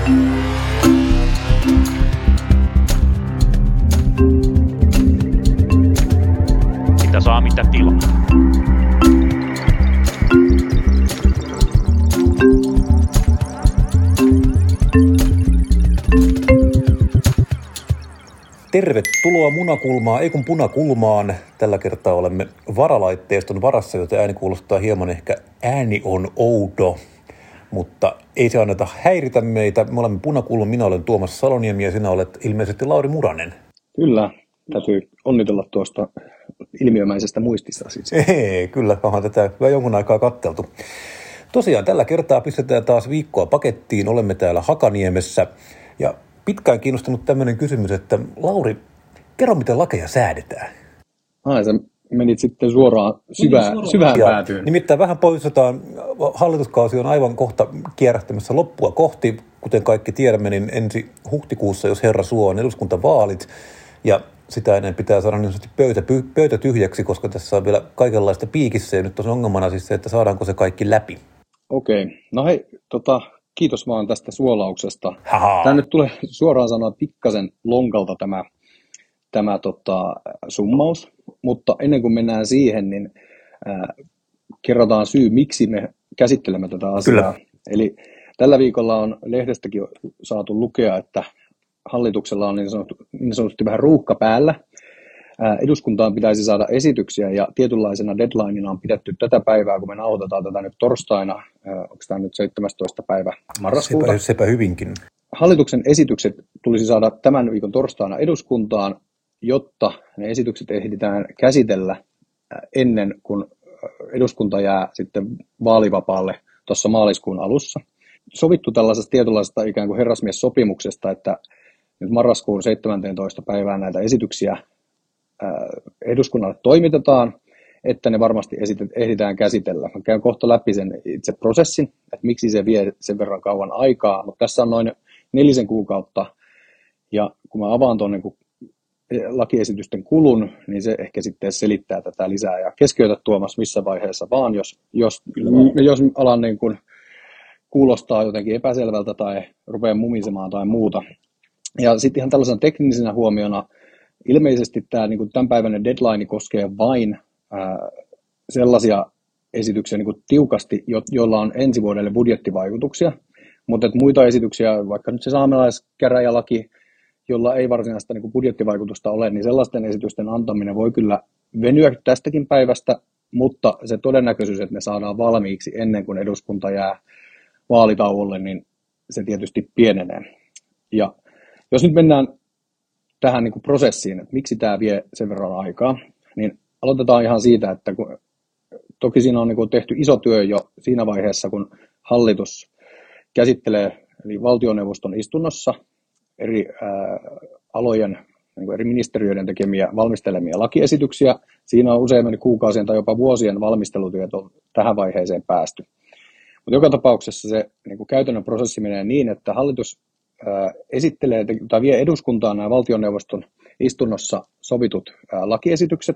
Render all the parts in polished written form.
Mitä saa, mitä tilaa. Tervetuloa Munakulmaan, ei kun Punakulmaan. Tällä kertaa olemme varalaitteiston varassa, joten ääni kuulostaa hieman ehkä ääni on outo, mutta ei se anneta häiritä meitä. Me olemme Punakulma, minä olen Tuomas Saloniemi ja sinä olet ilmeisesti Lauri Muranen. Kyllä, täytyy onnitella tuosta ilmiömäisestä muistista. Kyllä, onhan tätä jonkun aikaa katteltu. Tosiaan tällä kertaa pistetään taas viikkoa pakettiin, olemme täällä Hakaniemessä ja pitkään kiinnostunut tämmöinen kysymys, että Lauri, kerro miten lakeja säädetään. Sä menit sitten suoraan syvään päätyyn. Nimittäin vähän poistetaan, hallituskausi on aivan kohta kierähtämässä loppua kohti, kuten kaikki tiedämme, niin ensi huhtikuussa, jos herra suo, on eduskuntavaalit, ja sitä ennen pitää saada niin sanotusti pöytä tyhjäksi, koska tässä on vielä kaikenlaista piikissä, ja nyt on ongelmana siis se, että saadaanko se kaikki läpi. Okei, no hei, kiitos vaan tästä suolauksesta. Tämä nyt tulee suoraan sanoa pikkasen lonkalta tämä summaus, mutta ennen kuin mennään siihen, niin kerrotaan syy, miksi me käsittelemme tätä asiaa. Kyllä. Eli tällä viikolla on lehdestäkin saatu lukea, että hallituksella on niin sanotusti vähän ruuhka päällä. Eduskuntaan pitäisi saada esityksiä ja tietynlaisena deadlineina on pidetty tätä päivää, kun me nauhoitetaan tätä nyt torstaina, onko tämä nyt 17. päivä marraskuuta. Sepä hyvinkin. Hallituksen esitykset tulisi saada tämän viikon torstaina eduskuntaan, jotta ne esitykset ehditään käsitellä ennen kuin eduskunta jää sitten vaalivapaalle tuossa maaliskuun alussa. Sovittu tällaisesta tietynlaisesta ikään kuin herrasmies-sopimuksesta, että nyt marraskuun 17. päivään näitä esityksiä eduskunnalle toimitetaan, että ne varmasti ehditään käsitellä. Mä käyn kohta läpi sen itse prosessin, että miksi se vie sen verran kauan aikaa, mutta tässä on noin 4 kuukautta, ja kun mä avaan tuon niin lakiesitysten kulun, niin se ehkä sitten selittää tätä lisää, ja keskeytä Tuomas missä vaiheessa vaan, jos alan niin kuin kuulostaa jotenkin epäselvältä tai rupeaa mumisemaan tai muuta. Ja sitten ihan tällaisena teknisenä huomiona, ilmeisesti tämä niin kuin tämänpäiväinen deadline koskee vain sellaisia esityksiä niin kuin tiukasti, joilla on ensi vuodelle budjettivaikutuksia, mutta muita esityksiä, vaikka nyt se saamelaiskäräjälaki, jolla ei varsinaista niin kuin budjettivaikutusta ole, niin sellaisten esitysten antaminen voi kyllä venyä tästäkin päivästä, mutta se todennäköisyys, että ne saadaan valmiiksi ennen kuin eduskunta jää vaalitauolle, niin se tietysti pienenee. Ja jos nyt mennään tähän niin kuin prosessiin, että miksi tämä vie sen verran aikaa, niin aloitetaan ihan siitä, että toki siinä on niin kuin tehty iso työ jo siinä vaiheessa, kun hallitus käsittelee eli valtioneuvoston istunnossa eri alojen, niin kuin eri ministeriöiden tekemiä valmistelemia lakiesityksiä. Siinä on useimman kuukausien tai jopa vuosien valmistelutyöt on tähän vaiheeseen päästy. Mutta joka tapauksessa se niin kuin käytännön prosessi menee niin, että hallitus esittelee tai vie eduskuntaan nämä valtioneuvoston istunnossa sovitut lakiesitykset,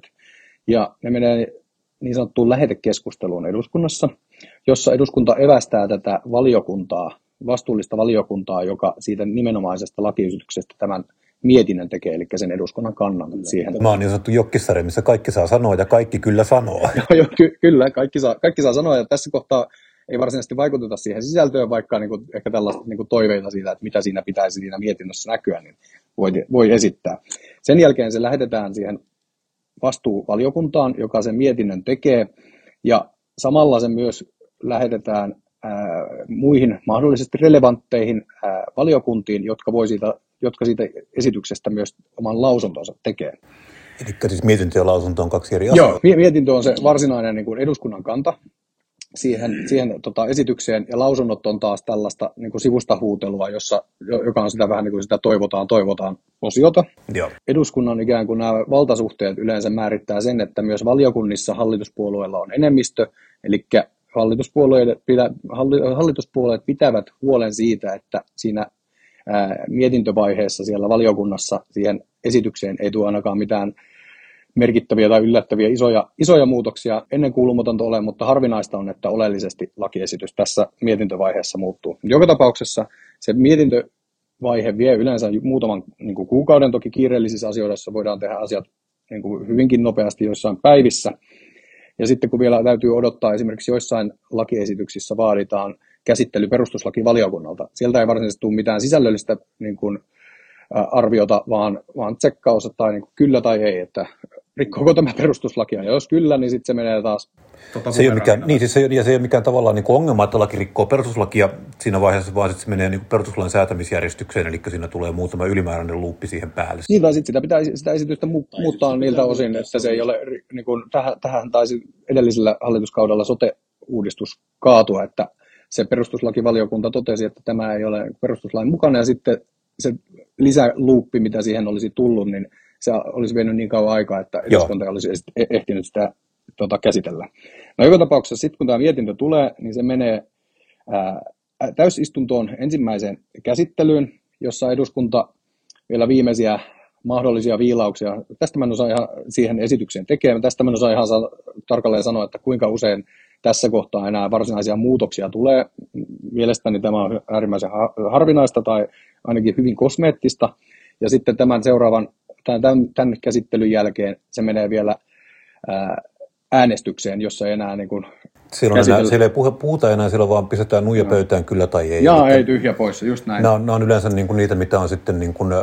ja ne menee niin sanottuun lähetekeskusteluun eduskunnassa, jossa eduskunta evästää tätä valiokuntaa, vastuullista valiokuntaa, joka siitä nimenomaisesta lakiesityksestä tämän mietinnön tekee, eli sen eduskunnan kannan siihen. Tämä on niin sanottu jokkisarja, missä kaikki saa sanoa ja kaikki kyllä sanoo. Kyllä, kaikki saa sanoa, ja tässä kohtaa ei varsinaisesti vaikuteta siihen sisältöön, vaikka niin kuin, ehkä tällaista niin kuin toiveita siitä, että mitä siinä pitäisi siinä mietinnössä näkyä, niin voi esittää. Sen jälkeen se lähetetään siihen vastuuvaliokuntaan, joka sen mietinnön tekee, ja samalla se myös lähetetään muihin mahdollisesti relevantteihin valiokuntiin, jotka siitä esityksestä myös oman lausuntonsa tekee. Eli siis mietintö ja lausunto on 2 eri asiaa. Joo, mietintö on se varsinainen niin kuin eduskunnan kanta siihen esitykseen, ja lausunnot on taas tällaista niin kuin sivusta huutelua, joka on sitä vähän niin kuin sitä toivotaan osiota. Joo. Eduskunnan ikään kuin nämä valtasuhteet yleensä määrittää sen, että myös valiokunnissa hallituspuolueilla on enemmistö, eli hallituspuolueet pitävät huolen siitä, että siinä mietintövaiheessa siellä valiokunnassa siihen esitykseen ei tule ainakaan mitään merkittäviä tai yllättäviä isoja muutoksia ennenkuulumatonta ole, mutta harvinaista on, että oleellisesti lakiesitys tässä mietintövaiheessa muuttuu. Joka tapauksessa se mietintövaihe vie yleensä muutaman niin kuin kuukauden, toki kiireellisissä asioissa voidaan tehdä asiat niin kuin hyvinkin nopeasti joissain päivissä. Ja sitten kun vielä täytyy odottaa, esimerkiksi joissain lakiesityksissä vaaditaan käsittely perustuslakivaliokunnalta. Sieltä ei varsinaisesti tule mitään sisällöllistä niin kuin, arviota, vaan tsekkaus tai niin kuin kyllä tai ei, että rikkoako tämä perustuslakia. Ja jos kyllä, niin sitten se menee taas. Se ei ole mikään, niin, siis se ei ole mikään tavallaan niin kuin ongelma, että laki rikkoo perustuslakia siinä vaiheessa, vaan sitten se menee niin kuin perustuslain säätämisjärjestykseen, eli siinä tulee muutama ylimääräinen luuppi siihen päälle. Niin, tai sitten sitä esitystä muuttaa niiltä osin, että se ei ole, niin kuin, tähän taisi edellisellä hallituskaudella sote-uudistus kaatua, että se perustuslakivaliokunta totesi, että tämä ei ole perustuslain mukana, ja sitten se lisäluuppi, mitä siihen olisi tullut, niin se olisi vienyt niin kauan aikaa, että eduskunta olisi ehtinyt sitä käsitellä. No joka tapauksessa sitten kun tämä mietintö tulee, niin se menee täysistuntoon ensimmäiseen käsittelyyn, jossa eduskunta vielä viimeisiä mahdollisia viilauksia. Tästä mä en osaa ihan siihen esitykseen tekemään. Tästä mä en osaa ihan tarkalleen sanoa, että kuinka usein tässä kohtaa enää varsinaisia muutoksia tulee. Mielestäni tämä on äärimmäisen harvinaista tai ainakin hyvin kosmeettista. Ja sitten tämän käsittelyn jälkeen se menee vielä äänestykseen, jossa ei enää niin kuin siellä ei puhuta enää, siellä vaan pistetään nuija pöytään kyllä tai ei. Jaa, ei tyhjä poissa, just näin. Nämä on yleensä niin kuin niitä, mitä on sitten, niin kuin,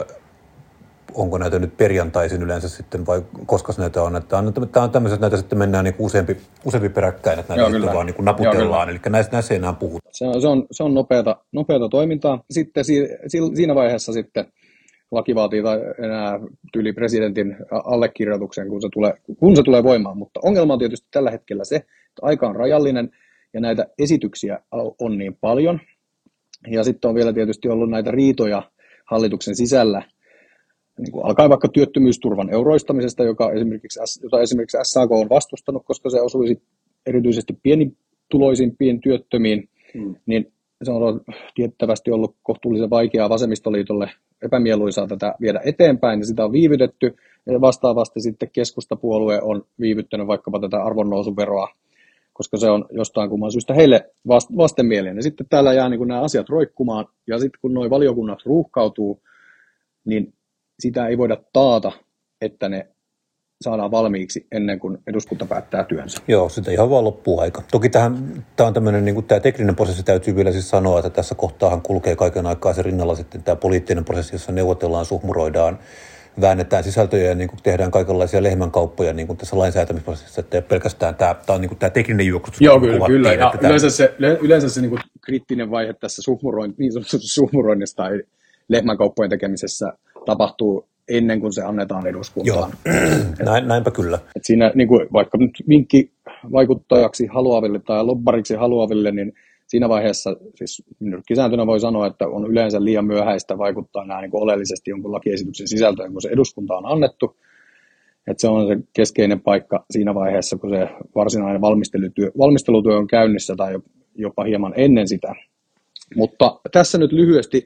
onko näitä nyt perjantaisin yleensä sitten vai koska näitä on. Tämä on tämmöiset, näitä sitten mennään niin kuin useampi peräkkäin, että näitä sitten vaan niin kuin naputellaan, eli näissä ei enää puhuta. Se on nopeata toimintaa. Sitten siinä vaiheessa sitten laki vaatii enää tyyli presidentin allekirjoituksen, kun se tulee voimaan, mutta ongelma on tietysti tällä hetkellä se, että aika on rajallinen ja näitä esityksiä on niin paljon. Ja sitten on vielä tietysti ollut näitä riitoja hallituksen sisällä, niin kuin alkaen vaikka työttömyysturvan euroistamisesta, jota esimerkiksi SAK on vastustanut, koska se osuisi erityisesti pienituloisimpiin työttömiin, niin se on tiettävästi ollut kohtuullisen vaikeaa vasemmistoliitolle epämieluisaa tätä viedä eteenpäin, ja sitä on viivytetty, ja vastaavasti sitten keskustapuolue on viivyttänyt vaikkapa tätä arvonnousuveroa, koska se on jostain kumman syystä heille vastenmielinen. Ja sitten täällä jää niin kuin nämä asiat roikkumaan, ja sitten kun nuo valiokunnat ruuhkautuu, niin sitä ei voida taata, että ne saadaan valmiiksi ennen kuin eduskunta päättää työnsä. Joo, sitä ihan vaan loppuu aika. Toki tämä on tämmöinen, niin kuin tämä tekninen prosessi täytyy vielä siis sanoa, että tässä kohtaahan kulkee kaiken aikaa se rinnalla sitten tämä poliittinen prosessi, jossa neuvotellaan, suhmuroidaan, väännetään sisältöjä ja niin kuin tehdään kaikenlaisia lehmänkauppoja niin kuin tässä lainsäätämisprosessissa, että pelkästään tämä on niin kuin tämä tekninen juoksutus. Joo, kyllä. Ja yleensä se niin kuin kriittinen vaihe tässä niin suhmuroinnissa tai lehmänkauppojen tekemisessä tapahtuu ennen kuin se annetaan eduskuntaan. Joo, näinpä kyllä. Et siinä niin kuin vaikka nyt vinkkivaikuttajaksi haluaville tai lobbariksi haluaville, niin siinä vaiheessa siis nyrkkisääntönä voi sanoa, että on yleensä liian myöhäistä vaikuttaa nämä niin kuin oleellisesti jonkun lakiesityksen sisältöön, kun se eduskunta on annettu. Et se on se keskeinen paikka siinä vaiheessa, kun se varsinainen valmistelutyö on käynnissä tai jopa hieman ennen sitä. Mutta tässä nyt lyhyesti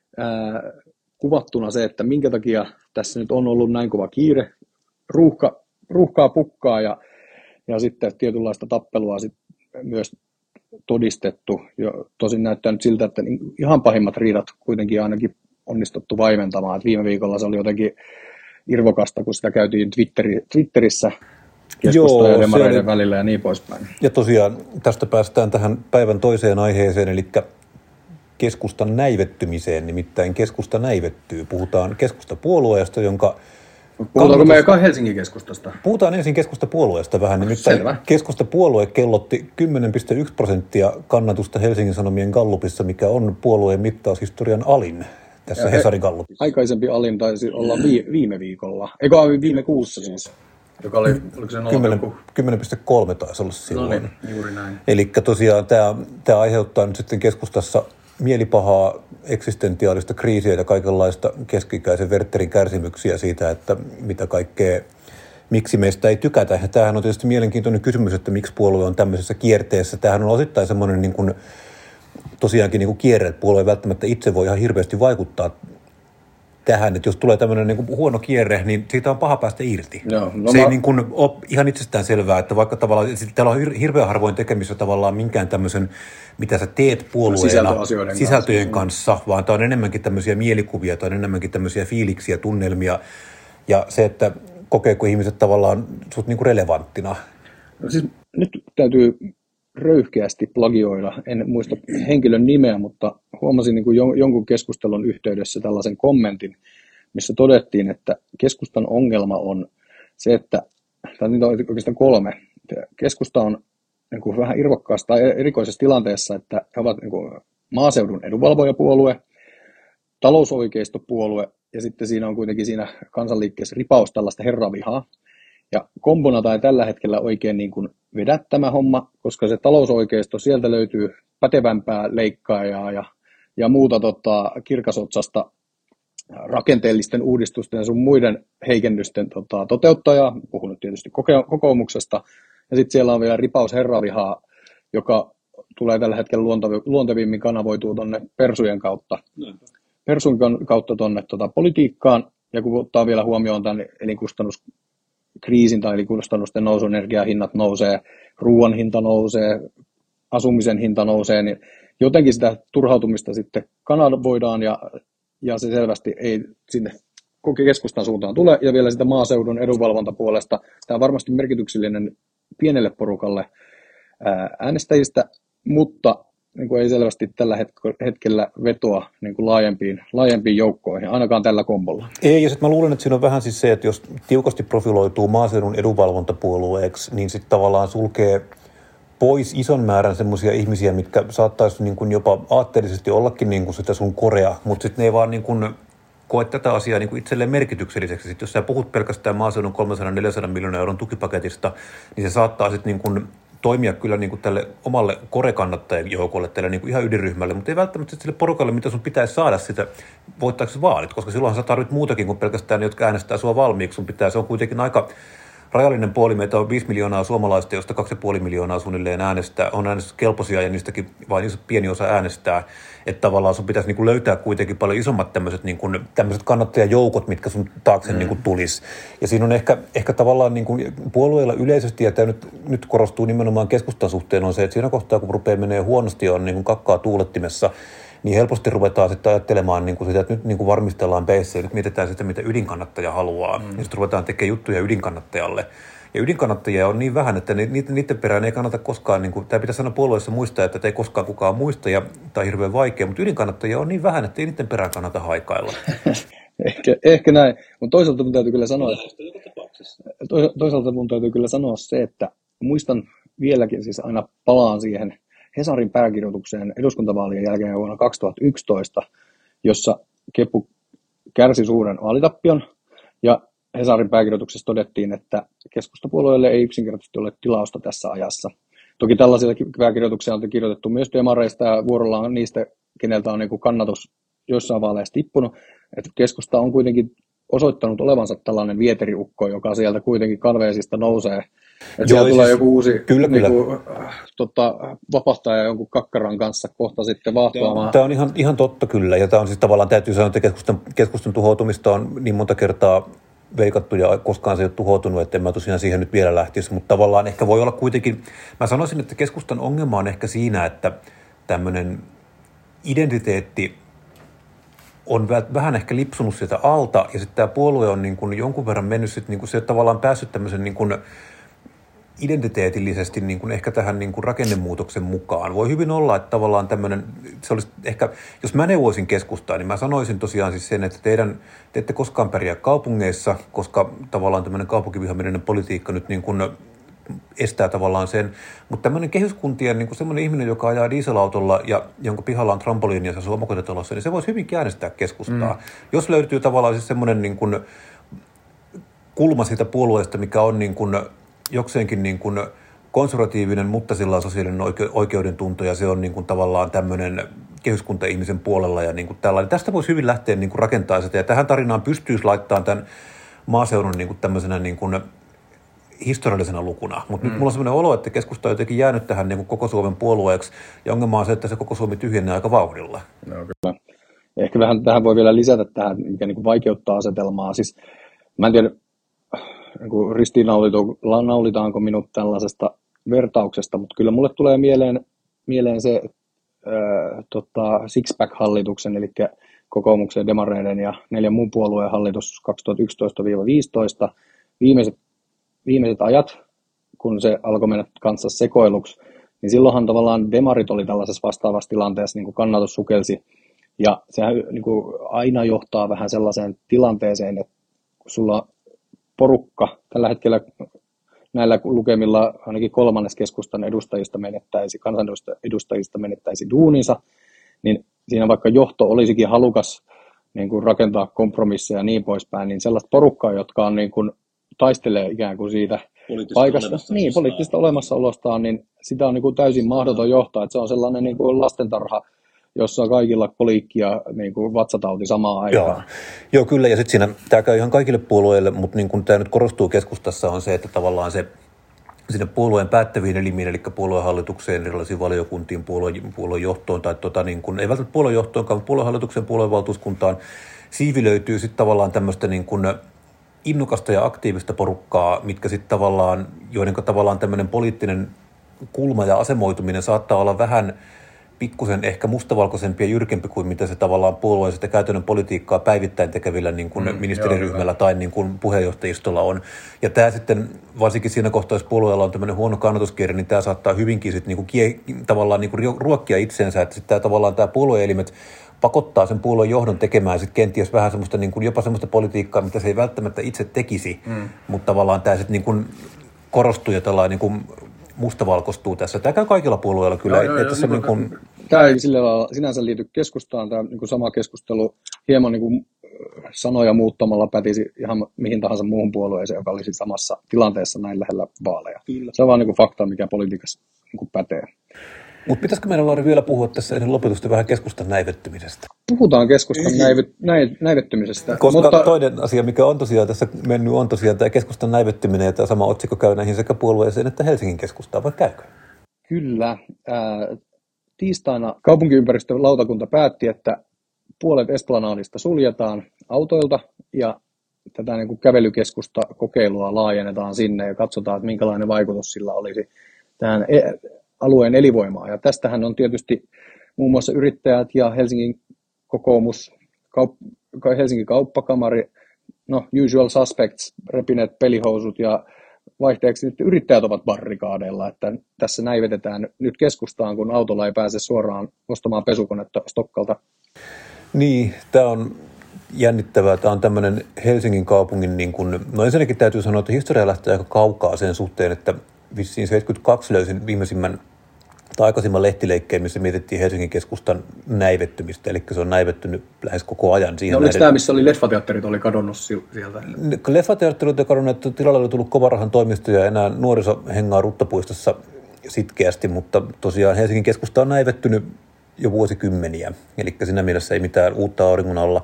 kuvattuna se, että minkä takia tässä nyt on ollut näin kova kiire, ruuhkaa pukkaa ja sitten tietynlaista tappelua sit myös todistettu. Tosin näyttää nyt siltä, että ihan pahimmat riidat kuitenkin ainakin onnistuttu vaimentamaan. Et viime viikolla se oli jotenkin irvokasta, kun sitä käytiin Twitterissä keskustan ja demareiden välillä ja niin poispäin. Ja tosiaan tästä päästään tähän päivän toiseen aiheeseen, eli keskustan näivettymiseen, nimittäin keskusta näivettyy. Puhutaan keskustapuolueesta, jonka... Puhutaanko me joka Helsingin keskustasta? Puhutaan ensin keskustapuolueesta vähän, nimittäin keskustapuolue kellotti 10,1% kannatusta Helsingin Sanomien gallupissa, mikä on puolueen mittaushistorian alin tässä Hesarin gallupissa. Aikaisempi alin taisi olla viime viikolla, eikö viime kuussa siis? Joka oli, oliko se 10,3 taisi olla silloin. No niin, juuri näin. Eli tosiaan tämä aiheuttaa nyt sitten keskustassa mielipahaa, eksistentiaalista kriisiä ja kaikenlaista keski-ikäisen Wertherin kärsimyksiä siitä, että mitä kaikkea, miksi meistä ei tykätä. Ja tämähän on tietysti mielenkiintoinen kysymys, että miksi puolue on tämmöisessä kierteessä. Tämähän on osittain semmoinen niin kuin, tosiaankin niin kuin kierre, että puolue ei välttämättä itse voi ihan hirveästi vaikuttaa tähän, että jos tulee tämmöinen niin kuin huono kierre, niin siitä on paha päästä irti. Joo, no se ei niin kuin ole ihan itsestään selvää, että vaikka tavallaan, täällä on hirveän harvoin tekemistä tavallaan minkään tämmöisen, mitä sä teet puolueena sisältöjen kanssa, vaan tämä on enemmänkin tämmöisiä mielikuvia, tai on enemmänkin tämmöisiä fiiliksiä, tunnelmia, ja se, että kokeeko ihmiset tavallaan sut niin kuin relevanttina. No siis nyt täytyy röyhkeästi plagioida, en muista henkilön nimeä, mutta huomasin niin kuin jonkun keskustelun yhteydessä tällaisen kommentin, missä todettiin, että keskustan ongelma on se, että, tai niitä on oikeastaan 3, keskusta on niin kuin vähän irvokkaassa tai erikoisessa tilanteessa, että he ovat niin kuin maaseudun edunvalvojapuolue, talousoikeistopuolue, ja sitten siinä on kuitenkin siinä kansanliikkeessä ripaus tällaista herravihaa. Ja kombona tai tällä hetkellä oikein niin kuin vedä tämä homma, koska se talousoikeisto, sieltä löytyy pätevämpää leikkaajaa ja muuta kirkasotsasta rakenteellisten uudistusten ja sun muiden heikennysten toteuttajaa, puhun nyt tietysti kokoomuksesta, ja sitten siellä on vielä ripaus herravihaa, joka tulee tällä hetkellä luontevimmin kanavoituu tuonne persujen kautta. Persun kautta tuonne politiikkaan, ja kun ottaa vielä huomioon tämän elinkustannuskriisin tai elinkustannusten nousu, energiahinnat nousee, ruoan hinta nousee, asumisen hinta nousee, niin jotenkin sitä turhautumista sitten kanavoidaan, ja se selvästi ei sinne keskustan suuntaan tule, ja vielä sitä maaseudun edunvalvontapuolesta. Tämä on varmasti merkityksellinen pienelle porukalle äänestäjistä, mutta niin kuin ei selvästi tällä hetkellä vetoa niin kuin laajempiin joukkoihin, ainakaan tällä kombolla. Ei, ja sitten mä luulen, että siinä on vähän siis se, että jos tiukasti profiloituu maaseudun edunvalvontapuolueeksi, niin sitten tavallaan sulkee pois ison määrän semmoisia ihmisiä, mitkä saattaisi niin kuin jopa aatteellisesti ollakin niin kuin sitä sun korea, mutta sitten ne ei vaan niin kuin koe tätä asiaa niin kuin itselleen merkitykselliseksi. Sitten jos sä puhut pelkästään maaseudun 300-400 miljoonan euron tukipaketista, niin se saattaa sitten niin kuin toimia kyllä niin kuin tälle omalle korekannattajien joukolle, tälle niin kuin ihan ydinryhmälle, mutta ei välttämättä sille porukalle, mitä sun pitäisi saada sitä voittaaksesi vaalit, koska silloinhan sä tarvit muutakin kuin pelkästään ne, jotka äänestää sua valmiiksi. Se on kuitenkin aika rajallinen puoli. Meitä on 5 miljoonaa suomalaista, josta 2,5 miljoonaa suunnilleen on äänestyskelpoisia ja niistäkin vain pieni osa äänestää. Että tavallaan sun pitäisi niin kuin löytää kuitenkin paljon isommat tämmöiset kannattajajoukot, mitkä sun taakse niin kuin tulisi. Ja siinä on ehkä tavallaan niin kuin puolueilla yleisesti, ja tämä nyt korostuu nimenomaan keskustan suhteen, on se, että siinä kohtaa, kun rupeaa menee huonosti ja on niin kuin kakkaa tuulettimessa, niin helposti ruvetaan sitten ajattelemaan niin kuin sitä, että nyt niin kuin varmistellaan peissä ja nyt mietitään sitä, mitä ydinkannattaja haluaa. Ja sitten ruvetaan tekemään juttuja ydinkannattajalle. Ja ydinkannattajia on niin vähän, että niiden perään ei kannata koskaan, niin kuin, tämä pitäisi sanoa puolueessa muistaa, että ei koskaan kukaan muista, ja tämä on hirveän vaikea, mutta ydinkannattajia on niin vähän, että ei niiden perään kannata haikailla. Ehkä näin, mutta toisaalta mun täytyy kyllä sanoa se, että muistan vieläkin, siis aina palaan siihen Hesarin pääkirjoitukseen eduskuntavaalien jälkeen vuonna 2011, jossa Kepu kärsi suuren vaalitappion, ja Hesarin pääkirjoituksessa todettiin, että keskustapuolueelle ei yksinkertaisesti ole tilausta tässä ajassa. Toki tällaisilla pääkirjoituksia on kirjoitettu myös demareista, ja vuorollaan niistä, keneltä on niin kuin kannatus joissain vaaleissa tippunut. Että keskusta on kuitenkin osoittanut olevansa tällainen vieteriukko, joka sieltä kuitenkin kalveesista nousee. Että siellä tulee joku uusi vapahtaja jonkun kakkaran kanssa kohta sitten vaahtoamaan. Tämä on ihan totta kyllä, ja tämä on siis tavallaan, täytyy sanoa, että keskustan tuhoutumista on niin monta kertaa veikattu ja koskaan se ei ole tuhoutunut, että en mä tosiaan siihen nyt vielä lähtisi, mutta tavallaan ehkä voi olla kuitenkin, mä sanoisin, että keskustan ongelma on ehkä siinä, että tämmöinen identiteetti on vähän ehkä lipsunut sieltä alta, ja sitten tämä puolue on niin kuin jonkun verran mennyt, niin kuin se on tavallaan päässyt tämmöisen niin kuin identiteetillisesti niin kuin ehkä tähän niin kuin rakennemuutoksen mukaan. Voi hyvin olla, että tavallaan tämmöinen, se olisi ehkä, jos mä neuvoisin keskustaa, niin mä sanoisin tosiaan siis sen, että te ette koskaan pärjää kaupungeissa, koska tavallaan tämmöinen kaupunkivihaminen politiikka nyt niin kuin estää tavallaan sen, mutta tämmöinen kehyskuntien niin kuin semmoinen ihminen, joka ajaa dieselautolla ja jonka pihalla on trampoliini ja se on omakotitalossa, niin se voisi hyvinkin äänestää keskustaa. Jos löytyy tavallaan siis semmoinen niin kuin kulma siitä puolueesta, mikä on niin kuin jokseenkin niin kuin konservatiivinen, mutta sillä on sosiaalinen oikeudentunto ja se on niin kuin tavallaan tämmöinen kehyskunta-ihmisen puolella ja niin kuin tällainen. Tästä voisi hyvin lähteä niin kuin rakentamaan sitä ja tähän tarinaan pystyisi laittamaan tämän maaseudun niin kuin tämmöisenä niin kuin historiallisena lukuna. Mutta nyt mulla on sellainen olo, että keskusta on jotenkin jäänyt tähän niin kuin koko Suomen puolueeksi ja ongelma on se, että se koko Suomi tyhjenee aika vauhdilla. No kyllä. Ehkä vähän tähän voi vielä lisätä tähän, mikä niin kuin vaikeuttaa asetelmaa. Siis, mä en tiedä, niin ristiinnaulitaanko minut tällaisesta vertauksesta, mutta kyllä mulle tulee mieleen se Sixpack-hallituksen, eli kokoomuksen, demareiden ja 4 muun puolueen hallitus 2011-2015, viimeiset ajat, kun se alkoi mennä kanssa sekoiluksi, niin silloinhan tavallaan demarit oli tällaisessa vastaavassa tilanteessa, niin kuin kannatus sukelsi, ja sehän niin kuin aina johtaa vähän sellaiseen tilanteeseen, että kun sulla porukka tällä hetkellä näillä lukemilla ainakin kolmannes keskustan kansanedustajista menettäisi duuninsa, niin siinä vaikka johto olisikin halukas niin kuin rakentaa kompromisseja ja niin poispäin, niin sellaista porukkaa, jotka on niin kuin, taistelee ikään kuin siitä paikasta, poliittisesta olemassaolostaan, niin sitä on niin kuin täysin mahdoton johtaa, että se on sellainen niin kuin lastentarha, jossa kaikilla koliikkia niin kuin vatsatauti samaan aikaan. Joo, kyllä, ja sitten siinä tämä käy ihan kaikille puolueille, mutta niin kuin tämä nyt korostuu keskustassa on se, että tavallaan se sinne puolueen päättäviin elimiin, eli puoluehallitukseen, erilaisiin valiokuntiin, puoluejohtoon, tai niin kuin, ei välttämättä puoluejohtoonkaan, mutta puoluehallitukseen, puoluevaltuuskuntaan, siivilöityy sitten tavallaan tämmöistä niin kuin innokasta ja aktiivista porukkaa, mitkä sitten tavallaan, joiden tavallaan tämmöinen poliittinen kulma ja asemoituminen saattaa olla vähän pikkusen ehkä mustavalkoisempi ja jyrkempi kuin mitä se tavallaan puolueen sitä käytännön politiikkaa päivittäin tekevillä niin kuin ministeriryhmällä tai niin kuin puheenjohtajistolla on. Ja tämä sitten, varsinkin siinä kohtaa, jos puolueella on tämmöinen huono kannatuskierre, niin tämä saattaa hyvinkin sitten niin kuin tavallaan niin kuin ruokkia itsensä, että sitten tavallaan tämä puolueelimet pakottaa sen puolueen johdon tekemään sitten kenties vähän semmoista niin kuin jopa semmoista politiikkaa, mitä se ei välttämättä itse tekisi, mutta tavallaan tämä sitten niin kuin korostuu ja tällainen niin kuin mustavalkoistuu tässä. Tämä käy kaikilla puolueilla kyllä. Tämä ei sillä lailla sinänsä liity keskustaan. Tämä niin kuin sama keskustelu hieman niin kuin sanoja muuttamalla pätisi ihan mihin tahansa muuhun puolueeseen, joka olisi samassa tilanteessa näin lähellä vaaleja. Kyllä. Se on vaan niin kuin fakta, mikä politiikassa niin kuin pätee. Mutta pitäisikö meidän, Lauri, vielä puhua tässä ennen lopetusta vähän keskustan näivettymisestä? Puhutaan keskustan näivettymisestä. Koska toinen asia, mikä on tosiaan tässä mennyt, on tosiaan tämä keskustan näivettyminen, ja tämä sama otsikko käy näihin sekä puolueeseen että Helsingin keskustaan, vai käykö? Kyllä. Tiistaina kaupunkiympäristölautakunta päätti, että puolet Esplanadista suljetaan autoilta, ja tätä niin kuin kävelykeskusta kokeilua laajennetaan sinne, ja katsotaan, että minkälainen vaikutus sillä olisi tähän alueen elinvoimaa. Ja tästähän on tietysti muun muassa yrittäjät ja Helsingin kokoomus, Helsingin kauppakamari, usual suspects, repineet pelihousut, ja vaihteeksi nyt yrittäjät ovat barrikaadeilla, että tässä näivetetään nyt keskustaan, kun autolla ei pääse suoraan ostamaan pesukonetta Stokkalta. Niin, tämä on jännittävää. Tämä on tämmöinen Helsingin kaupungin, niin kuin, ensinnäkin täytyy sanoa, että historia lähtee aika kaukaa sen suhteen, että vissiin 72 löysin viimeisimmän tai aikaisemman lehtileikkeen, missä mietittiin Helsingin keskustan näivettymistä, eli se on näivettynyt lähes koko ajan. Oliko tämä, missä oli leffateatterit, oli kadonnut sieltä? Leffateatterit oli kadonnut, että tilalle oli tullut Kovarahan toimistoja ja enää nuoriso hengaa Ruttapuistossa sitkeästi, mutta tosiaan Helsingin keskusta on näivettynyt jo vuosikymmeniä, eli siinä mielessä ei mitään uutta auringon alla.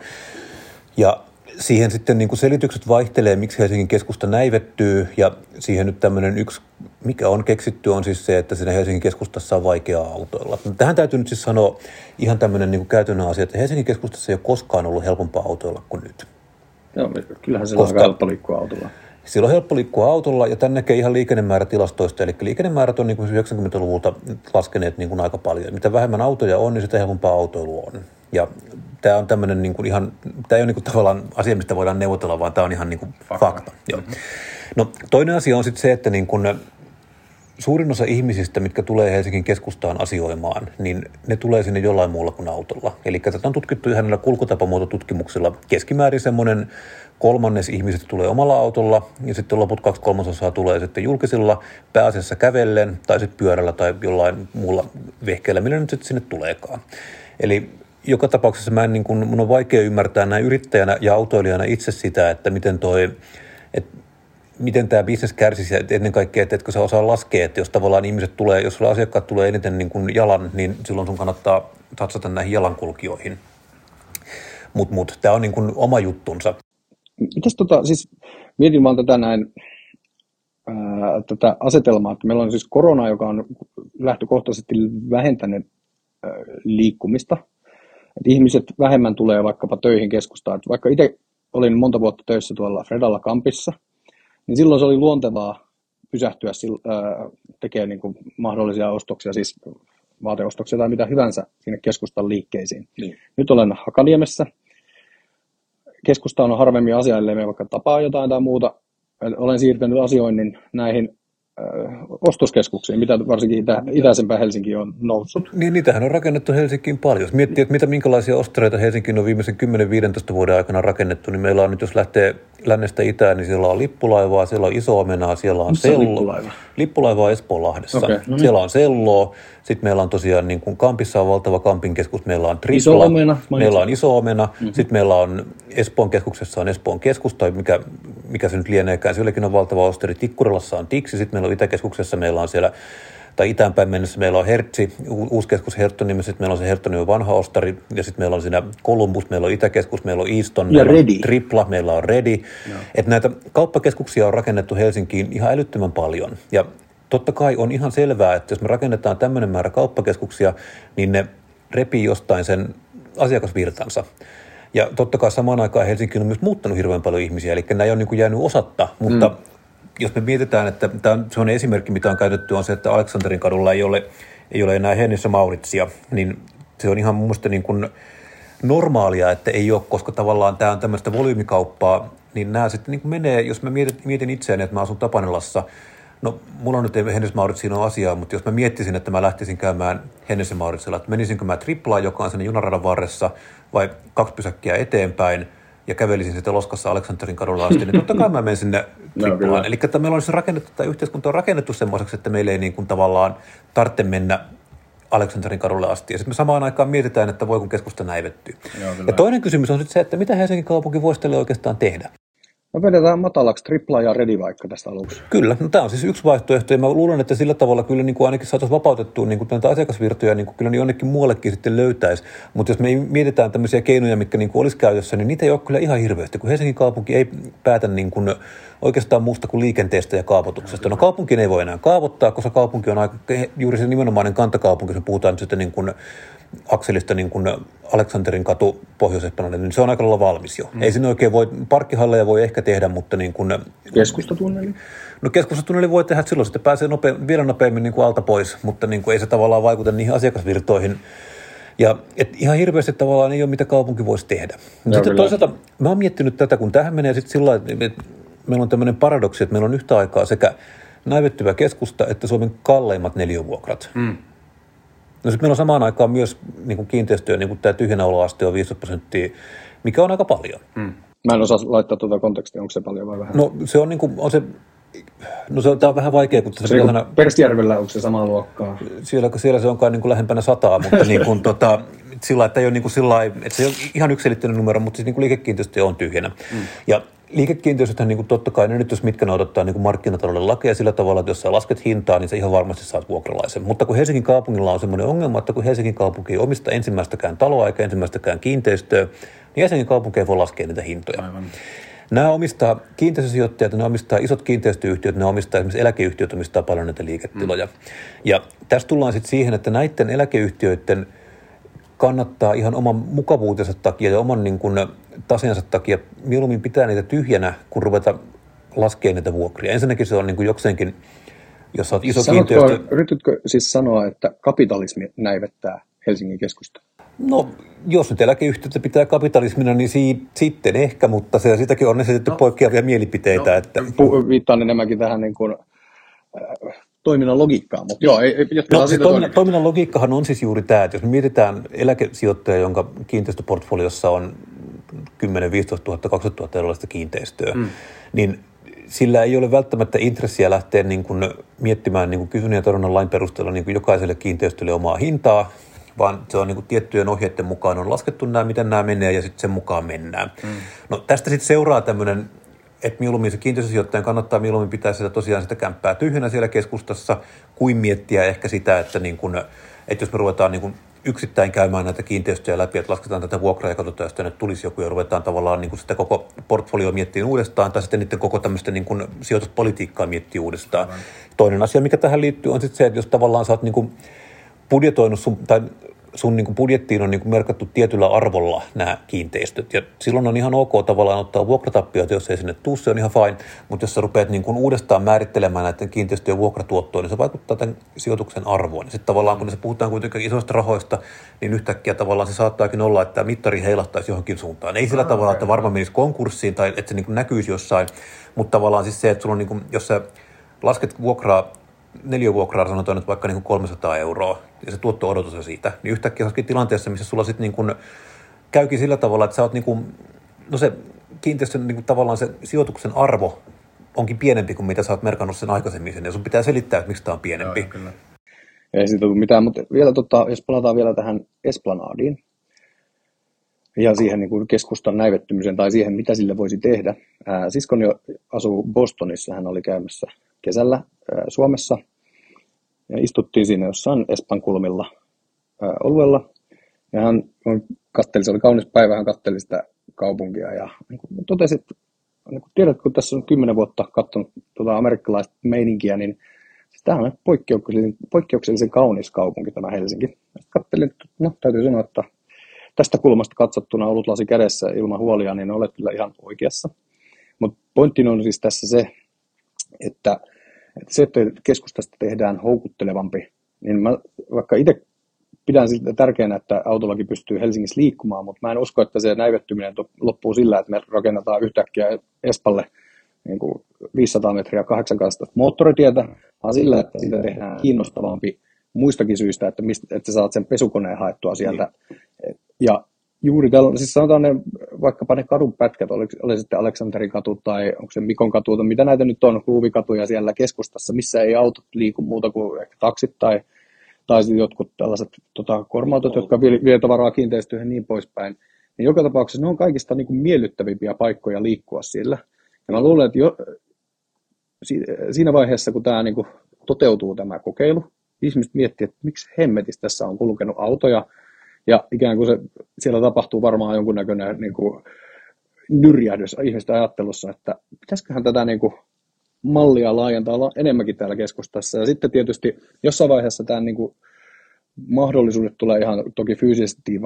Ja siihen sitten niin kuin selitykset vaihtelee, miksi Helsingin keskusta näivettyy, ja siihen nyt tämmöinen yksi, mikä on keksitty, on siis se, että siinä Helsingin keskustassa on vaikeaa autoilla. Tähän täytyy nyt siis sanoa ihan tämmöinen niin kuin käytännön asia, että Helsingin keskustassa ei ole koskaan ollut helpompaa autoilla kuin nyt. Joo, kyllähän se on helppo liikkua autolla. Silloin on helppo liikkua autolla, ja tämän näkee ihan liikennemäärätilastoista, eli liikennemäärät on niin kuin 90-luvulta laskeneet niin kuin aika paljon. Mitä vähemmän autoja on, niin sitä helpompaa autoilu on. Ja tämä on tämmöinen niin kuin ihan, tämä ei ole niin kuin tavallaan asia, mistä voidaan neuvotella, vaan tämä on ihan niin kuin fakta. Joo. No, toinen asia on sitten se, että niin kuin suurin osa ihmisistä, mitkä tulee Helsingin keskustaan asioimaan, niin ne tulee sinne jollain muulla kuin autolla. Eli tätä on tutkittu ihan näillä kulkutapamuototutkimuksilla. Keskimäärin semmoinen kolmannes ihmisistä tulee omalla autolla, ja sitten loput 2/3 tulee sitten julkisilla, pääasiassa kävellen, tai sitten pyörällä tai jollain muulla vehkeellä, millä nyt sitten sinne tuleekaan. Eli joka tapauksessa mun on vaikea ymmärtää näin yrittäjänä ja autoilijana itse sitä, että miten tämä bisnes kärsisi, ja ennen kaikkea, että etkö sä osaa laskea, että jos tavallaan ihmiset tulee, jos sulla asiakkaat tulee eniten niin kuin jalan, niin silloin sun kannattaa satsata näihin jalankulkijoihin. Mutta tämä on niin kuin oma juttunsa. Mitäs siis mietin vaan tätä näin, tätä asetelmaa, että meillä on siis korona, joka on lähtökohtaisesti vähentänyt liikkumista. että ihmiset vähemmän tulee vaikkapa töihin keskustaan. Että vaikka itse olin monta vuotta töissä tuolla Fredalla Campissa, niin silloin se oli luontevaa pysähtyä tekemään niin kuin mahdollisia ostoksia, siis vaateostoksia tai mitä hyvänsä sinne keskustan liikkeisiin. Niin. Nyt olen Hakaniemessä. Keskustaan on harvemmin asia, ellei me vaikka tapaa jotain tai muuta. Olen siirtänyt asioinnin näihin ostoskeskuksiin, mitä varsinkin itäisempää Helsinki on noussut. Niin, niitähän on rakennettu Helsinkiin paljon. Jos miettii, että minkälaisia ostareita Helsinkiin on viimeisen 10-15 vuoden aikana rakennettu, niin meillä on nyt, jos lähtee lännestä itään, niin siellä on lippulaivaa, siellä on Iso-Omenaa, siellä on Selloa. Lippulaiva on Espoonlahdessa. Okay, no niin. Siellä on Selloa. Sitten meillä on tosiaan, niin kuin Kampissa on valtava kampinkeskus, meillä on Tripla, meillä on Iso-Omena, sitten meillä on Espoon keskuksessa on Espoon keskus, tai mikä se nyt lieneekään, sielläkin on valtava osteri, Tikkurilassa on Tiksi, sitten meillä on Itäkeskuksessa, meillä on siellä, tai itäänpäin mennessä meillä on Hertsi, uusi keskus Herttoniemessä, sitten meillä on se Herttoniemen vanha ostari, ja sitten meillä on siinä Columbus, meillä on Itäkeskus, meillä on Easton, meillä on Tripla, meillä on Redi. No. Että näitä kauppakeskuksia on rakennettu Helsinkiin ihan älyttömän paljon, ja totta kai on ihan selvää, että jos me rakennetaan tämmöinen määrä kauppakeskuksia, niin ne repii jostain sen asiakasvirtansa. Ja totta kai samaan aikaan Helsinki on myös muuttanut hirveän paljon ihmisiä, eli nämä ei ole niin kuin jäänyt osatta, mutta jos me mietitään, että tämä on sellainen esimerkki, mitä on käytetty, on se, että Aleksanterin kadulla ei ole enää Hennes & Mauritssia, niin se on ihan mun mielestä niin kuin normaalia, että ei ole, koska tavallaan tämä on tämmöistä volyymikauppaa, niin nämä sitten niin kuin menee, jos mä mietin itseäni, että mä asun Tapanilassa, no mulla on nyt Hennes & Mauritsiin on asiaa, mutta jos mä miettisin, että mä lähtisin käymään Hennes & Mauritsilla, että menisinkö mä Triplaan, joka on sen junaradan varressa, vai 2 pysäkkiä eteenpäin, ja kävelisin sitten Loskassa Aleksanterin kadulla asti, niin totta kai mä menen sinne Triplaan. Eli että meillä on siis rakennettu, tai yhteiskunta on rakennettu semmoiseksi, että meillä ei niin kuin tavallaan tarvitse mennä Aleksanterin kadulle asti. Ja sitten me samaan aikaan mietitään, että voi kun keskusta näivettyy. Ja toinen kysymys on sitten se, että mitä Helsingin kaupunki voisi tälle oikeastaan tehdä? No vedetään matalaksi Tripla ja Redi vaikka tästä aluksi. Kyllä, no tämä on siis yksi vaihtoehto, ja mä luulen, että sillä tavalla kyllä niin kuin ainakin saataisiin vapautettua niin kuin näitä asiakasvirtoja, niin kuin kyllä niin jonnekin muuallekin sitten löytäisi. Mutta jos me mietitään tämmöisiä keinoja, mitkä niin kuin olisi käytössä, niin niitä ei ole kyllä ihan hirveästi, kun Helsingin kaupunki ei päätä niin kuin oikeastaan muusta kuin liikenteestä ja kaavoituksesta. No kaupunki ei voi enää kaavoittaa, koska kaupunki on aika juuri se nimenomainen kantakaupunki, jos me puhutaan nyt sitten niin kuin akselista niin kuin Aleksanterin katu Pohjois-Espanjalle, niin se on aika lailla valmis jo. Ei sinne oikein voi, parkkihalleja voi ehkä tehdä, mutta niin kuin keskustatunneli? No keskustatunneli voi tehdä, silloin sitten pääsee vielä nopeammin niin kuin alta pois, mutta niin kuin ei se tavallaan vaikuta niihin asiakasvirtoihin. Ja ihan hirveästi tavallaan ei ole, mitä kaupunki voisi tehdä. Sitten toisaalta mä oon miettinyt tätä, kun tähän menee sitten sillä lailla, että meillä on tämmöinen paradoksi, että meillä on yhtä aikaa sekä näivettyvä keskusta että Suomen kalleimmat neliövuokrat. No sitten meillä on samaan aikaan myös niin kuin kiinteistöjä, niin kuin tämä tyhjänäoloaste on 15%, mikä on aika paljon. Mä en osaa laittaa tuota kontekstia, onko se paljon vai vähän? No se on niin kuin, tämä on vähän vaikea, kun se on Persjärvellä, onko se samaa luokkaa? Siellä se on kai niin kuin lähempänä 100, mutta niin kuin, sillä että ei ole niin kuin sillä että se ei ole ihan yksilitteinen numero, mutta siis niin kuin liikekiinteistöjä on tyhjänä. Ja liikekiinteistöthän niin kuin totta kai, ne nyt jos mitkä noudattaa niin kuin markkinatalouden lakeja sillä tavalla, että jos sä lasket hintaa, niin sä ihan varmasti saat vuokralaisen. Mutta kun Helsingin kaupungilla on semmoinen ongelma, että kun Helsingin kaupunki ei omista ensimmäistäkään taloa eikä ensimmäistäkään kiinteistöä, niin Helsingin kaupunki ei voi laskea niitä hintoja. Aivan. Nämä omistaa kiinteistösijoittajat, ne omistaa isot kiinteistöyhtiöt, ne omistaa esimerkiksi eläkeyhtiöt, omistaa paljon näitä liiketiloja. Ja tässä tullaan sitten siihen, että näiden eläkeyhtiöiden kannattaa ihan oman mukavuutensa takia ja oman niin kuin taseensa takia mieluummin pitää niitä tyhjänä, kun ruveta laskemaan niitä vuokria. Ensinnäkin se on niin kuin jokseenkin, jos olet iso kiinteistö. Yritätkö siis sanoa, että kapitalismi näivettää Helsingin keskusta? No, jos nyt eläkeyhtiötä pitää kapitalismina, niin sitten ehkä, mutta siitäkin on esitetty poikkeavia mielipiteitä. Että viittaan enemmänkin tähän niin kuin toiminnan logiikkaa. Mutta joo, toiminnan logiikkahan on siis juuri tämä, että jos me mietitään eläkesijoittajaa, jonka kiinteistöportfoliossa on 10 15 000, 20 000 erilaista kiinteistöä, niin sillä ei ole välttämättä intressiä lähteä niin kuin miettimään niin kuin kysynnän ja tarjonnan lain perusteella niin kuin jokaiselle kiinteistölle omaa hintaa, vaan se on niin kuin tiettyjen ohjeiden mukaan on laskettu nämä, miten nämä menee, ja sitten sen mukaan mennään. No tästä sitten seuraa tämmöinen, että mieluummin se kiinteistösijoittajan kannattaa mieluummin pitää sitä tosiaan sitä kämppää tyhjänä siellä keskustassa, kuin miettiä ehkä sitä, että, niin kun, että jos me ruvetaan niin kun yksittäin käymään näitä kiinteistöjä läpi, että lasketaan tätä vuokraa ja katsotaan, jos tänne tulisi joku ja ruvetaan tavallaan niin kun sitä koko portfolioa miettiä uudestaan, tai sitten niiden koko tämmöistä niin kun sijoituspolitiikkaa miettiä uudestaan. Toinen asia, mikä tähän liittyy, on sitten se, että jos tavallaan sä oot niin kun budjetoinut tai sun niin kuin budjettiin on niin kuin merkattu tietyllä arvolla nämä kiinteistöt. Ja silloin on ihan ok tavallaan ottaa vuokratappioita, jos ei sinne tule, se on ihan fine. Mutta jos sä rupeat niin kuin uudestaan määrittelemään näiden kiinteistöjen vuokratuottoa, niin se vaikuttaa tämän sijoituksen arvoon. Ja sitten tavallaan, kun se puhutaan kuitenkin isoista rahoista, niin yhtäkkiä tavallaan se saattaakin olla, että mittari heilahtaisi johonkin suuntaan. Ei sillä tavalla, että varmaan menisi konkurssiin tai että se niin kuin näkyisi jossain, mutta tavallaan siis se, että sulla on niin kuin, jos sä lasket vuokraa, neliövuokraa sanotaan nyt vaikka niin kuin 300 euroa, ja se tuotto-odotus on siitä, niin yhtäkkiä olisikin tilanteessa, missä sulla sitten niin kuin käykin sillä tavalla, että sä oot niin kuin, no se kiinteistön niin kuin tavallaan se sijoituksen arvo onkin pienempi kuin mitä sä oot merkannut sen aikaisemmin sen, ja sun pitää selittää, että miksi tämä on pienempi. Joo, kyllä. Ei siitä tule mitään, mutta vielä jos palataan vielä tähän Esplanadiin ja siihen niin kuin keskustan näivettymiseen tai siihen, mitä sille voisi tehdä. Siskoni asuu Bostonissa, hän oli käymässä kesällä Suomessa ja istuttiin siinä jossain Espan kulmilla oluella ja hän katteli, se oli kaunis päivä, hän katteli sitä kaupunkia ja niin kuin totesi, että niin kuin tiedät, kun tässä on 10 vuotta katsonut amerikkalaista meininkiä, niin siis tämä on poikkeuksellisen kaunis kaupunki tämä Helsinki. Sitten katselin, että no, täytyy sanoa, että tästä kulmasta katsottuna olutlasi kädessä ilman huolia, niin olet kyllä ihan oikeassa. Mutta pointti on siis tässä se, että keskustasta tehdään houkuttelevampi, niin mä vaikka itse pidän sitä tärkeänä, että autollakin pystyy Helsingissä liikkumaan, mutta mä en usko, että se näivettyminen loppuu sillä, että me rakennetaan yhtäkkiä Espalle niin kuin 500 metriä 8-kaistaista moottoritietä, vaan sillä, että siitä tehdään kiinnostavampi muistakin syistä, että sä saat sen pesukoneen haettua sieltä. Ja juuri tällä, siis sanotaan ne, vaikkapa ne kadunpätkät, oli sitten Aleksanterin katu tai onko se Mikon katu, mitä näitä nyt on, Ruuvikatuja siellä keskustassa, missä ei autot liiku muuta kuin ehkä taksit tai sitten jotkut tällaiset kuorma-autot, jotka vie tavaraa kiinteistöihin ja niin poispäin. Niin joka tapauksessa ne on kaikista niin kuin miellyttävimpiä paikkoja liikkua siellä. Ja mä luulen, että siinä vaiheessa, kun tämä niin kuin toteutuu tämä kokeilu, ihmiset miettii, että miksi hemmetissä tässä on kulkenut autoja, ja ikään kuin siellä tapahtuu varmaan jonkunnäköinen niin kuin nyrjähdys ihmisten ajattelussa, että pitäisiköhän tätä niin kuin mallia laajentaa enemmänkin täällä keskustassa. Ja sitten tietysti jossain vaiheessa tämän niin kuin mahdollisuudet tulee ihan toki fyysisesti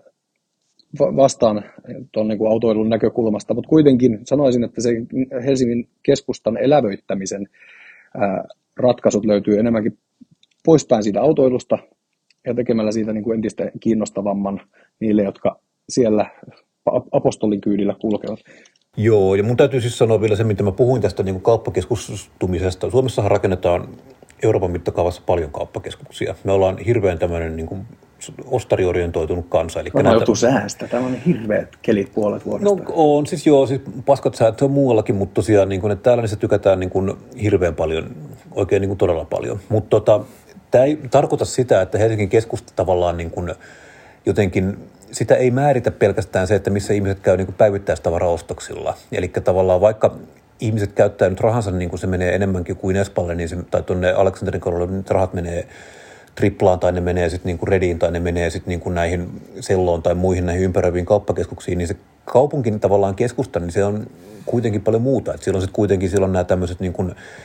vastaan tuon niin kuin autoilun näkökulmasta, mutta kuitenkin sanoisin, että se Helsingin keskustan elävöittämisen ratkaisut löytyy enemmänkin poispäin siitä autoilusta ja tekemällä siitä niin kuin entistä kiinnostavamman niille, jotka siellä apostolin kyydillä kulkevat. Joo, ja mun täytyy siis sanoa vielä se, mitä mä puhuin tästä niin kuin kauppakeskustumisesta. Suomessahan rakennetaan Euroopan mittakaavassa paljon kauppakeskuksia. Me ollaan hirveän tämmöinen niin kuin ostariorientoitunut kansa. Eli joutuu säästä, tämmöinen hirveät kelit puolet vuodesta. No on, siis joo, siis paskat säät, se on muuallakin, mutta tosiaan niin kuin, että täällä niissä tykätään niin kuin hirveän paljon, oikein niin kuin todella paljon. Mutta tämä ei tarkoita sitä, että Helsingin keskusta tavallaan niin kuin jotenkin, sitä ei määritä pelkästään se, että missä ihmiset käy niin kuin päivittäistavaraostoksilla. Eli tavallaan vaikka ihmiset käyttää nyt rahansa niin kuin se menee enemmänkin kuin Espalle, niin se, tai tuonne Aleksanterin kadulle nyt rahat menee Triplaan tai ne menee sitten niinku Rediin tai ne menee sitten niinku näihin Selloon tai muihin näihin ympäröiviin kauppakeskuksiin, niin se kaupunkin tavallaan keskusta, niin se on kuitenkin paljon muuta. Et silloin sitten kuitenkin silloin nämä tämmöiset niinku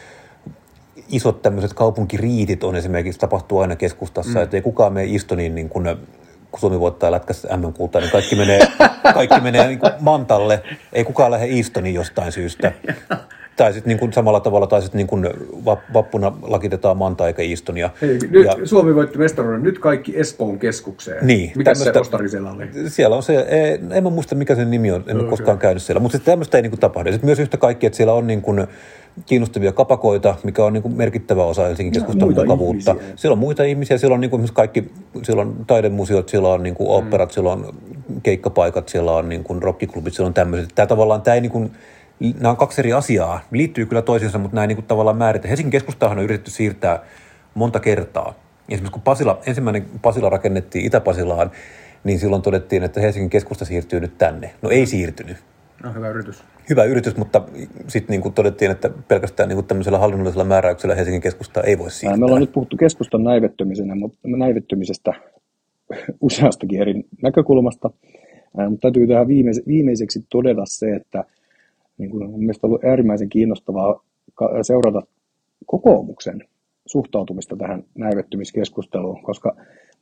isot tämmöiset kaupunkiriitit on esimerkiksi tapahtuu aina keskustassa, että ei kukaan mene Istoniin niin kun Suomi voittaa lätkässä MM-kultaa, niin kaikki menee niin kuin Mantalle, ei kukaan lähde Istoniin jostain syystä. Tai sitten niin samalla tavalla, tai sitten niin vappuna lakitetaan Manta eikä Istonia. Nyt Suomi voitti mestaruuden, nyt kaikki Espoon keskukseen. Niin. Mikä se ostari siellä oli? Siellä on se, en mä muista mikä sen nimi on, en ole koskaan käynyt siellä, mutta tämmöistä ei niin kuin tapahdu. Sitten myös yhtä kaikki, että siellä on niin kuin kiinnostavia kapakoita, mikä on niin kuin merkittävä osa Helsingin keskustan mukavuutta. Ihmisiä. Siellä on muita ihmisiä, siellä on niin kuin kaikki, siellä on taidemuseot, siellä on niin kuin oopperat, siellä on keikkapaikat, siellä on niin kuin rockiklubit, siellä on tämmöiset. Tämä ei niin kuin, nämä on kaksi eri asiaa, liittyy kyllä toisiinsa, mutta nämä ei niin kuin tavallaan määritä. Helsingin keskustahan on yritetty siirtää monta kertaa. Esimerkiksi kun ensimmäinen Pasila rakennettiin Itä-Pasilaan, niin silloin todettiin, että Helsingin keskusta siirtyy nyt tänne. No ei siirtynyt. No hyvä yritys. Hyvä yritys, mutta sitten niin todettiin, että pelkästään niin tämmöisellä hallinnollisella määräyksellä Helsingin keskustaa ei voi siirtää. Me ollaan nyt puhuttu keskustan näivettymisestä useastakin eri näkökulmasta, mutta täytyy tähän viimeiseksi todeta se, että niin kuin on mielestäni ollut äärimmäisen kiinnostavaa seurata kokoomuksen suhtautumista tähän näivettymiskeskusteluun, koska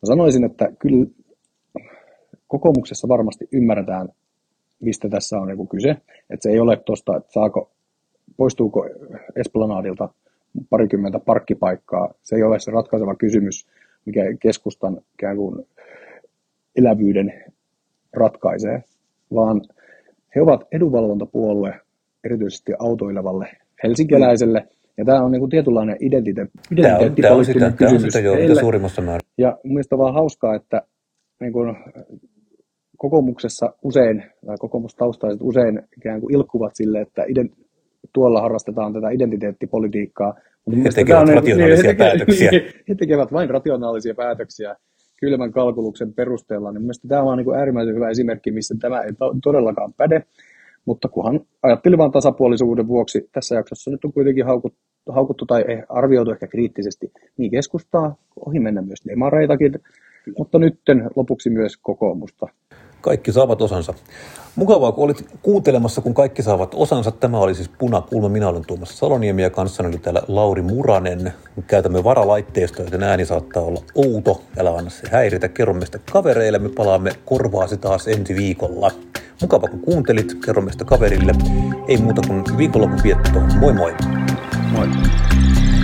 Mä sanoisin, että kyllä kokoomuksessa varmasti ymmärretään, mistä tässä on niin kyse. Että se ei ole tuosta, että poistuuko Esplanadilta parikymmentä parkkipaikkaa. Se ei ole se ratkaiseva kysymys, mikä keskustan ikään kuin elävyyden ratkaisee, vaan he ovat edunvalvontapuolue erityisesti autoilevalle helsinkiläiselle, ja tämä on niin kuin tietynlainen identiteettipoliittinen kysymys. Tämä on sitä suurimmassa määrin. Ja mielestäni on vaan hauskaa, että niin kuin kokoomuksessa usein, tai kokoomustaustaiset usein ikään kuin ilkkuvat sille, että tuolla harrastetaan tätä identiteettipolitiikkaa. He tekevät rationaalisia päätöksiä. He tekevät vain rationaalisia päätöksiä kylmän kalkuluksen perusteella. Niin mielestäni tämä on niin kuin äärimmäisen hyvä esimerkki, missä tämä ei todellakaan päde. Mutta kunhan ajattelin vain tasapuolisuuden vuoksi, tässä jaksossa nyt on kuitenkin haukuttu tai arvioitu ehkä kriittisesti niin keskustaa, ohi mennä myös demareitakin, mutta nyt lopuksi myös kokoomusta. Kaikki saavat osansa. Mukavaa, kun olit kuuntelemassa, kun kaikki saavat osansa. Tämä oli siis Punakulma. Minä olen Tuomas Saloniemi ja kanssani oli täällä Lauri Muranen. Käytämme varalaitteistoa, joten ääni saattaa olla outo. Älä anna se häiritä. Kerro meistä kavereille. Me palaamme korvaasi taas ensi viikolla. Mukavaa, kun kuuntelit. Kerro meistä kaverille. Ei muuta kuin viikonlopun viettoon. Moi moi. Moi.